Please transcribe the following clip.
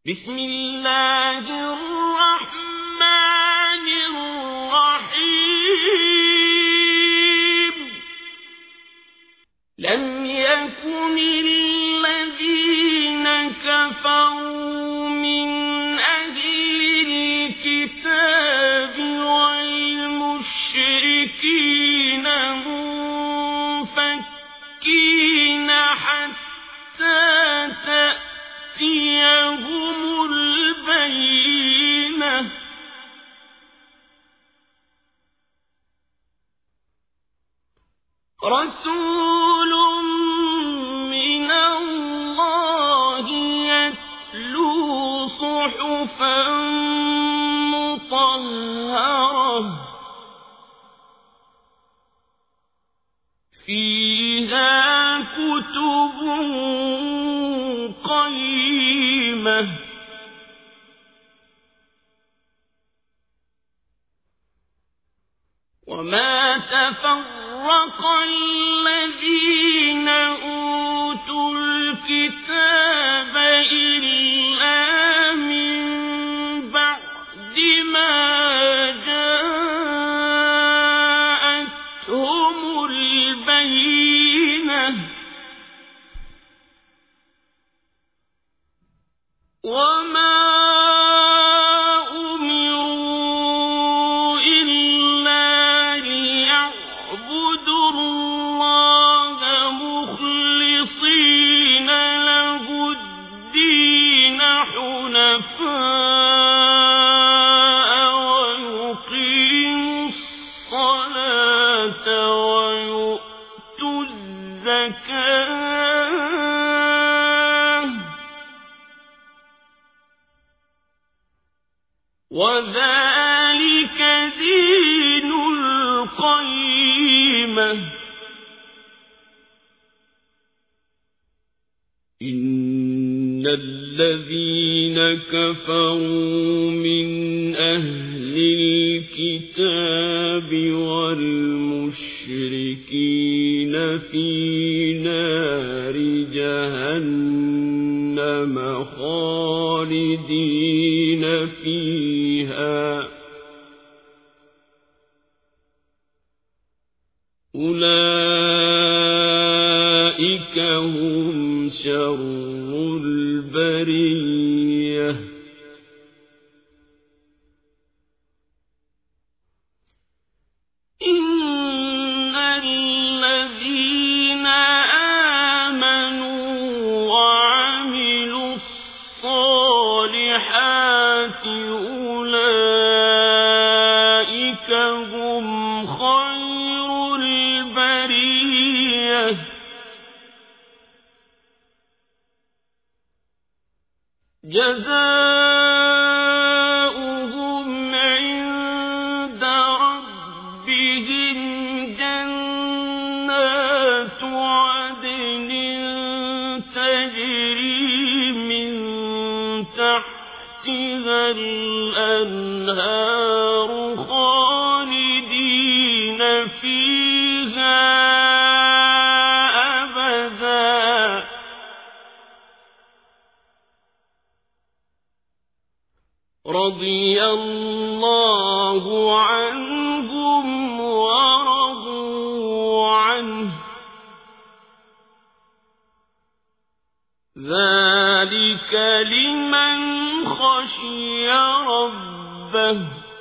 بسم الله الرحمن الرحيم لم يكن الذين كفروا من أهل الكتاب والمشركين منفكين حتى تأتيهم البينة رسول من الله يتلو صحفا مطهرة فيها كتب قيمة وما تفرق الذين أوتوا الكتاب إلا من بعد ما جاءتهم البينة وما أمروا إلا ليعبدوا الله مخلصين له الدين حنفاء ويقيموا الصلاة ويؤتوا الزكاة وذلك دين القيمة إن الذين كفروا من أهل الكتاب والمشركين في نار جهنم خالدين فيها أولئك هم شر البرية إن الذين آمنوا وعملوا الصالحات أولئك هم خير البرية جزاؤهم عند ربهم جنات عدن تجري من تحتها الأنهار خالدين فيها أبدا رضي الله عنهم ورضوا عنه ذلك لمن خشي ربه